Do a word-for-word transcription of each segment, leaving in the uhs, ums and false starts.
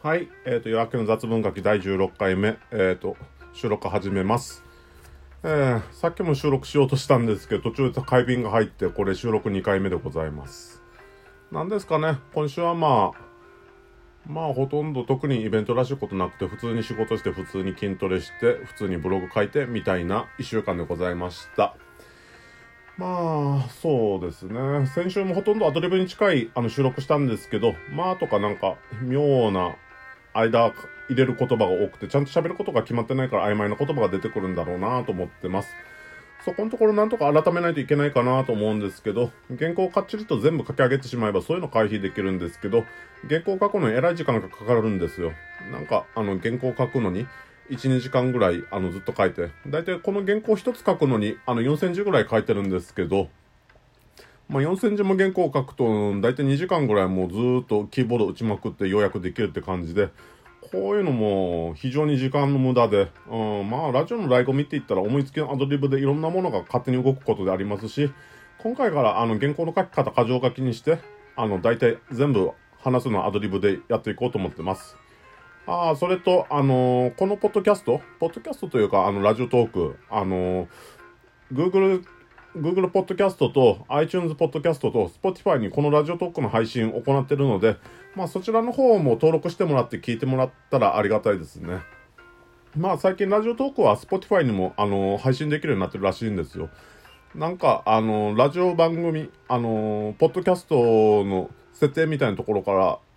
はい、えっ、ー、と夜明けの雑文書きだいじゅうろっかいめ、えっ、ー、と収録始めます。えー、さっきも収録しようとしたんですけど、途中で回便が入って、これ収録にかいめでございます。なんですかね、今週はまあまあほとんど特にイベントらしいことなくて、普通に仕事して普通に筋トレして普通にブログ書いてみたいないっしゅうかんでございました。まあそうですね、先週もほとんどアドリブに近いあの収録したんですけど、まあとかなんか妙な間入れる言葉が多くて、ちゃんと喋ることが決まってないから曖昧な言葉が出てくるんだろうなと思ってます。そこのところなんとか改めないといけないかなと思うんですけど、原稿をかっちりと全部書き上げてしまえばそういうの回避できるんですけど、原稿を書くのにえらい時間がかかるんですよ。なんかあの原稿を書くのにいち、にじかんぐらいあのずっと書いて、だいたいこの原稿一つ書くのにあのよんせんじぐらい書いてるんですけど、まあ、よんせんじも原稿を書くとだいたいにじかんぐらいもうずーっとキーボード打ちまくってようやくできるって感じで、こういうのも非常に時間の無駄で、うん、まあラジオの醍醐味って言ったら思いつきのアドリブでいろんなものが勝手に動くことでありますし、今回からあの原稿の書き方箇条書きにして、あの大体全部話すのはアドリブでやっていこうと思ってます。ああ、それとあのー、このポッドキャスト、ポッドキャストというかあのラジオトーク、あのー、Google Google ポッドキャストと iTunes ポッドキャストと Spotify にこのラジオトークの配信を行っているので、まあそちらの方も登録してもらって聞いてもらったらありがたいですね。まあ最近ラジオトークは Spotify にもあの配信できるようになってるらしいんですよ。なんかあのラジオ番組、あのポッドキャストの設定みたいなところから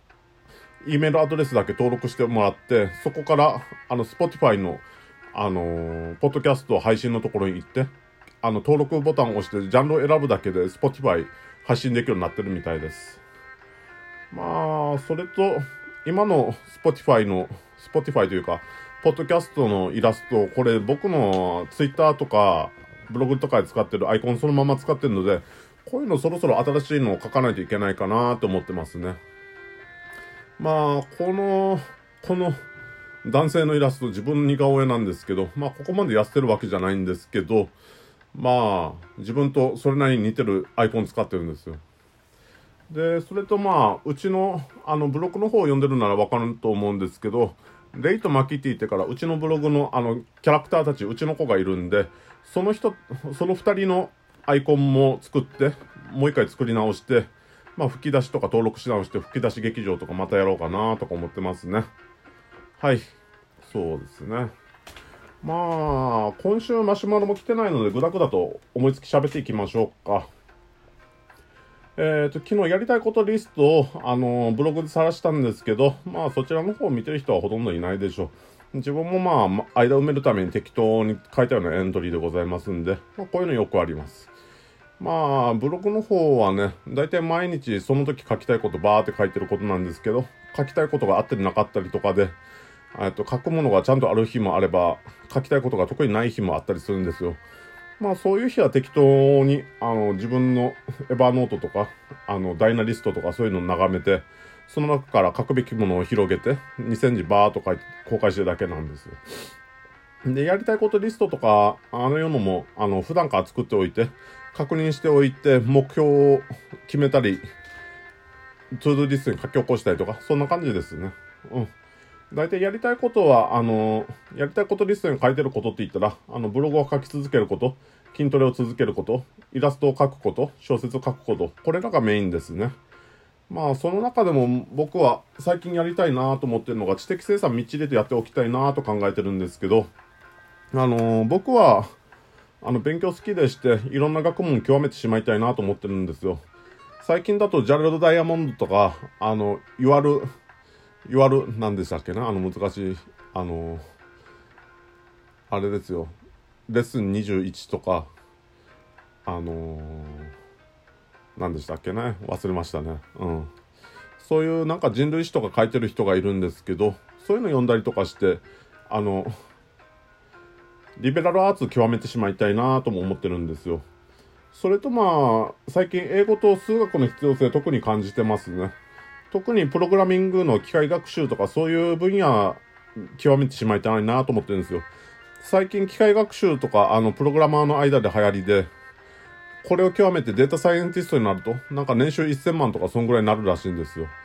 E メールアドレスだけ登録してもらって、そこからあの Spotify のあのポッドキャスト配信のところに行って、あの登録ボタンを押してジャンルを選ぶだけで Spotify 配信できるようになってるみたいです。まあそれと今の Spotify の Spotify というかポッドキャストのイラスト、これ僕の Twitter とかブログとかで使ってるアイコンそのまま使ってるので、こういうのそろそろ新しいのを書かないといけないかなと思ってますね。まあこのこの男性のイラスト自分の似顔絵なんですけど、まあここまで痩せてるわけじゃないんですけど、まあ自分とそれなりに似てるアイコン使ってるんですよ。でそれとまあうちのあのブログの方を読んでるならわかると思うんですけど、レイとマキティってからうちのブログのあのキャラクターたち、うちの子がいるんで、その人そのふたりのアイコンも作ってもう一回作り直して、まあ吹き出しとか登録し直して吹き出し劇場とかまたやろうかなとか思ってますね。はい、そうですね。まあ今週マシュマロも来てないのでグダグダと思いつき喋っていきましょうか。えっと昨日やりたいことリストをあのブログで晒したんですけど、まあそちらの方を見てる人はほとんどいないでしょう。自分もまあ間埋めるために適当に書いたようなエントリーでございますんで、まあ、こういうのよくあります。まあブログの方はね、だいたい毎日その時書きたいことバーって書いてることなんですけど、書きたいことがあったりなかったりとかで、えっと書くものがちゃんとある日もあれば、書きたいことが特にない日もあったりするんですよ。まあそういう日は適当にあの自分のエバーノートとかあのダイナリストとかそういうのを眺めて、その中から書くべきものを広げてにせんじバーっと書いて公開してるだけなんですよ。でやりたいことリストとかあのようのもあの普段から作っておいて確認しておいて、目標を決めたりトゥードゥリストに書き起こしたりとか、そんな感じですね。うん。大体やりたいことは、あの、やりたいことリストに書いてることって言ったら、あの、ブログを書き続けること、筋トレを続けること、イラストを書くこと、小説を書くこと、これらがメインですね。まあ、その中でも僕は最近やりたいなと思ってるのが、知的生産みっちりとやっておきたいなと考えてるんですけど、あの、僕は、あの、勉強好きでして、いろんな学問を極めてしまいたいなと思ってるんですよ。最近だと、ジャレルド・ダイヤモンドとか、あの、いわゆる、いわゆる何でしたっけな、あの難しいあのあれですよ、レッスンにじゅういちとかあの何でしたっけね、忘れましたね。うん、そういうなんか人類史とか書いてる人がいるんですけど、そういうの読んだりとかして、あのリベラルアーツ極めてしまいたいなとも思ってるんですよ。それとまあ最近英語と数学の必要性特に感じてますね。特にプログラミングの機械学習とかそういう分野極めてしまいたいなと思ってるんですよ。最近機械学習とかあのプログラマーの間で流行りで、これを極めてデータサイエンティストになるとなんか年収せんまんとかそんぐらいになるらしいんですよ。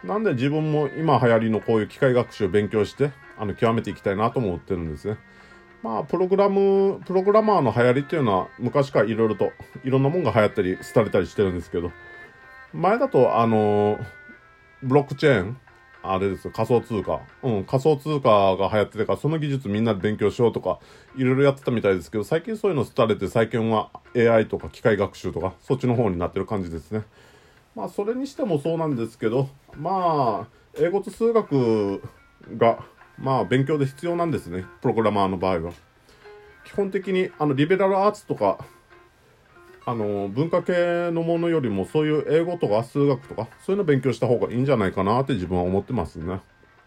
なんで自分も今流行りのこういう機械学習を勉強して、あの、極めていきたいなと思ってるんですね。まあ、プログラム、プログラマーの流行りっていうのは昔からいろいろと、いろんなもんが流行ったり、廃れたりしてるんですけど、前だと、あの、ブロックチェーン、あれですよ、仮想通貨。うん、仮想通貨が流行っててから、その技術みんなで勉強しようとか、いろいろやってたみたいですけど、最近そういうの廃れて、最近は エーアイ とか機械学習とか、そっちの方になってる感じですね。まあ、それにしてもそうなんですけど、まあ、英語と数学が、まあ、勉強で必要なんですね。プログラマーの場合は。基本的に、あの、リベラルアーツとか、あの、文化系のものよりも、そういう英語とか数学とか、そういうの勉強した方がいいんじゃないかなって自分は思ってますね。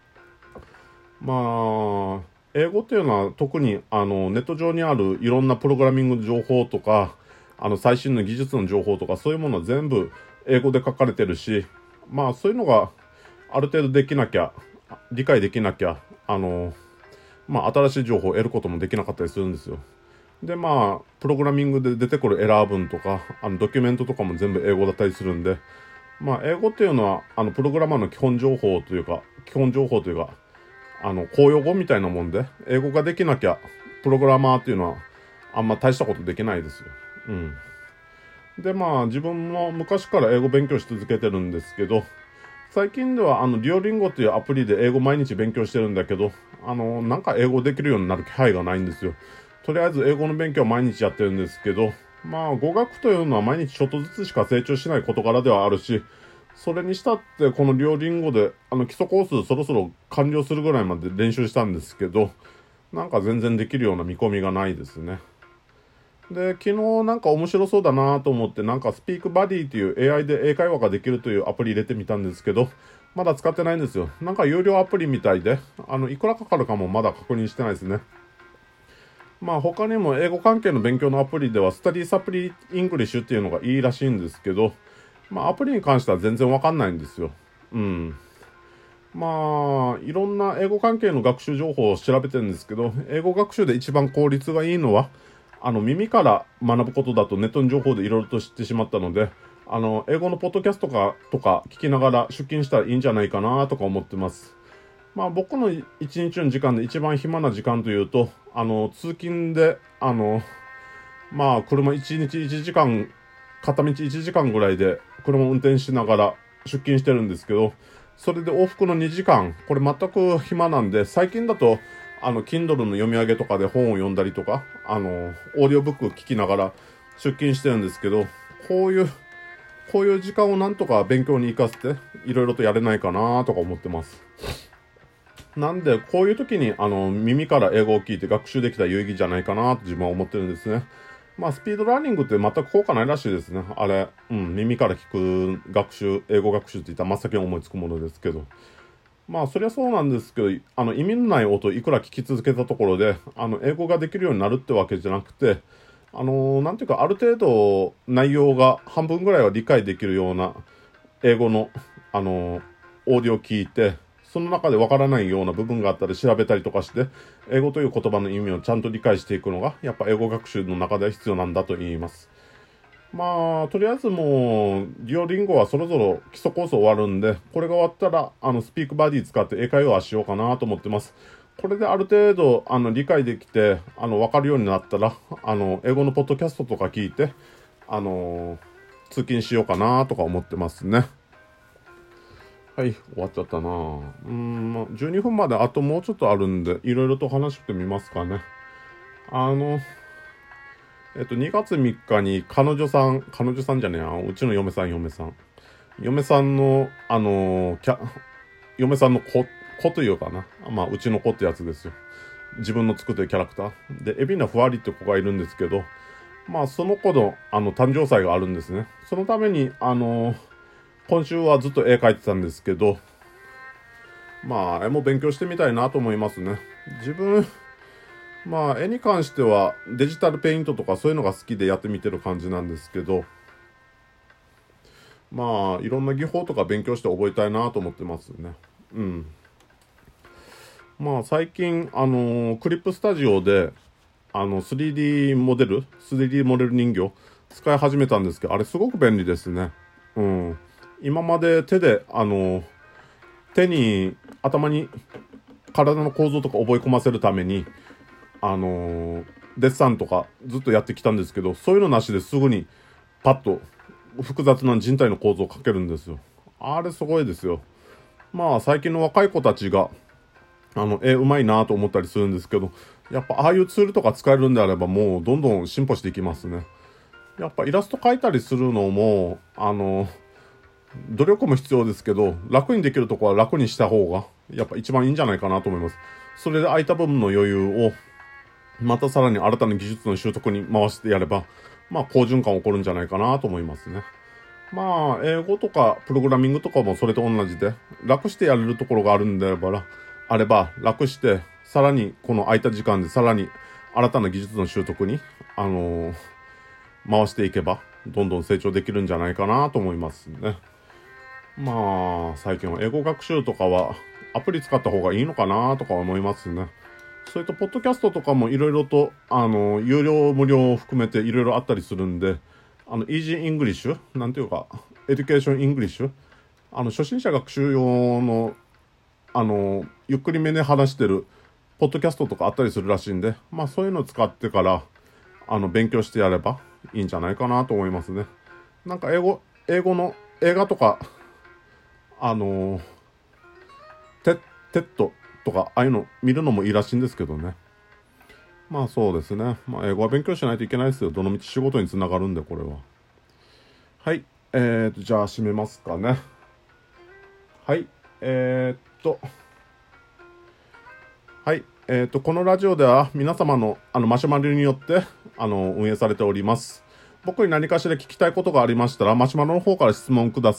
まあ、英語っていうのは特に、あの、ネット上にあるいろんなプログラミング情報とか、あの、最新の技術の情報とか、そういうものは全部英語で書かれてるし、まあ、そういうのがある程度できなきゃ、理解できなきゃ、あの、まあ、新しい情報を得ることもできなかったりするんですよ。で、まあ、プログラミングで出てくるエラー文とか、あの、ドキュメントとかも全部英語だったりするんで、まあ、英語っていうのは、あの、プログラマーの基本情報というか、基本情報というか、あの、公用語みたいなもんで、英語ができなきゃ、プログラマーっていうのは、あんま大したことできないですよ。うん。で、まあ、自分も昔から英語勉強し続けてるんですけど、最近では、あの、デュオリンゴっていうアプリで英語毎日勉強してるんだけど、あの、なんか英語できるようになる気配がないんですよ。とりあえず英語の勉強は毎日やってるんですけど、まあ語学というのは毎日ちょっとずつしか成長しない事柄ではあるし、それにしたってこの両リンゴであの基礎コースそろそろ完了するぐらいまで練習したんですけど、なんか全然できるような見込みがないですね。で、昨日なんか面白そうだなと思って、なんかスピークバディという エーアイ で英会話ができるというアプリ入れてみたんですけど、まだ使ってないんですよ。なんか有料アプリみたいで、あの、いくらかかるかもまだ確認してないですね。まあ他にも英語関係の勉強のアプリではスタディサプリイングリッシュっていうのがいいらしいんですけど、まあアプリに関しては全然わかんないんですよ。うん。まあいろんな英語関係の学習情報を調べてるんですけど、英語学習で一番効率がいいのは、あの耳から学ぶことだとネットの情報でいろいろと知ってしまったので、あの英語のポッドキャストとかとか聞きながら出勤したらいいんじゃないかなとか思ってます。まあ僕の一日の時間で一番暇な時間というと、あの、通勤で、あの、まあ車一日いちじかん、片道いちじかんぐらいで車を運転しながら出勤してるんですけど、それで往復のにじかん、これ全く暇なんで、最近だと、あの、Kindle の読み上げとかで本を読んだりとか、あの、オーディオブック聞きながら出勤してるんですけど、こういう、こういう時間をなんとか勉強に活かせて、いろいろとやれないかなとか思ってます。なんで、こういう時に、あの、耳から英語を聞いて学習できたら有意義じゃないかなと自分は思ってるんですね。まあ、スピードラーニングって全く効果ないらしいですね。あれ、うん、耳から聞く学習、英語学習って言ったら真っ先に思いつくものですけど。まあ、そりゃそうなんですけど、あの、意味のない音をいくら聞き続けたところで、あの、英語ができるようになるってわけじゃなくて、あの、なんていうか、ある程度内容が半分ぐらいは理解できるような英語の、あの、オーディオを聞いて、その中でわからないような部分があったら調べたりとかして、英語という言葉の意味をちゃんと理解していくのが、やっぱ英語学習の中では必要なんだと言います。まあ、とりあえずもう、デュオリンゴはそろそろ基礎コース終わるんで、これが終わったら、あの、スピークバディ使って英会話しようかなと思ってます。これである程度、あの、理解できて、あの、わかるようになったら、あの、英語のポッドキャストとか聞いて、あの、通勤しようかなとか思ってますね。はい、終わっちゃったなぁ。うーん、じゅうにふんまであともうちょっとあるんで、いろいろと話してみますかね。あの、えっと、にがつみっかに彼女さん、彼女さんじゃねえや、うちの嫁さん、嫁さん。嫁さんの、あの、キャ、嫁さんの子、子というかな。まあ、うちの子ってやつですよ。自分の作ってるキャラクター。で、海老名ふわりって子がいるんですけど、まあ、その子の、あの、誕生祭があるんですね。そのために、あの、今週はずっと絵描いてたんですけど、まあ、絵も勉強してみたいなと思いますね。自分、まあ、絵に関してはデジタルペイントとかそういうのが好きでやってみてる感じなんですけど、まあ、いろんな技法とか勉強して覚えたいなと思ってますね。うん。まあ、最近、あのー、クリップスタジオで、あの、スリーディー モデル、スリーディー モデル人形使い始めたんですけど、あれすごく便利ですね。うん。今まで手で、あの、 手に、頭に体の構造とか覚え込ませるために、あのー、デッサンとかずっとやってきたんですけど、そういうのなしですぐにパッと複雑な人体の構造を描けるんですよ。あれすごいですよ。まあ最近の若い子たちが、あの、絵うまいなと思ったりするんですけど、やっぱああいうツールとか使えるんであればもうどんどん進歩していきますね。やっぱイラスト描いたりするのも、あの、努力も必要ですけど、楽にできるとこは楽にした方が、やっぱ一番いいんじゃないかなと思います。それで空いた部分の余裕を、またさらに新たな技術の習得に回してやれば、まあ好循環起こるんじゃないかなと思いますね。まあ、英語とかプログラミングとかもそれと同じで、楽してやれるところがあるんであれば、あれば楽して、さらにこの空いた時間でさらに新たな技術の習得に、あのー、回していけば、どんどん成長できるんじゃないかなと思いますね。まあ、最近は英語学習とかはアプリ使った方がいいのかなとか思いますね。それと、ポッドキャストとかもいろいろと、あの、有料、無料を含めていろいろあったりするんで、あの、イージーイングリッシュなんていうか、エデュケーションイングリッシュあの、初心者学習用の、あの、ゆっくりめで話してる、ポッドキャストとかあったりするらしいんで、まあそういうのを使ってから、あの、勉強してやればいいんじゃないかなと思いますね。なんか英語、英語の映画とか、あの、テッ、テッドとか、ああいうの見るのもいいらしいんですけどね。まあそうですね。まあ英語は勉強しないといけないですよ。どのみち仕事につながるんで、これは。はい。えーと、じゃあ締めますかね。はい。えーっと。はい。えーっと、このラジオでは皆様のあのマシュマロによってあの運営されております。僕に何かしら聞きたいことがありましたら、マシュマロの方から質問ください。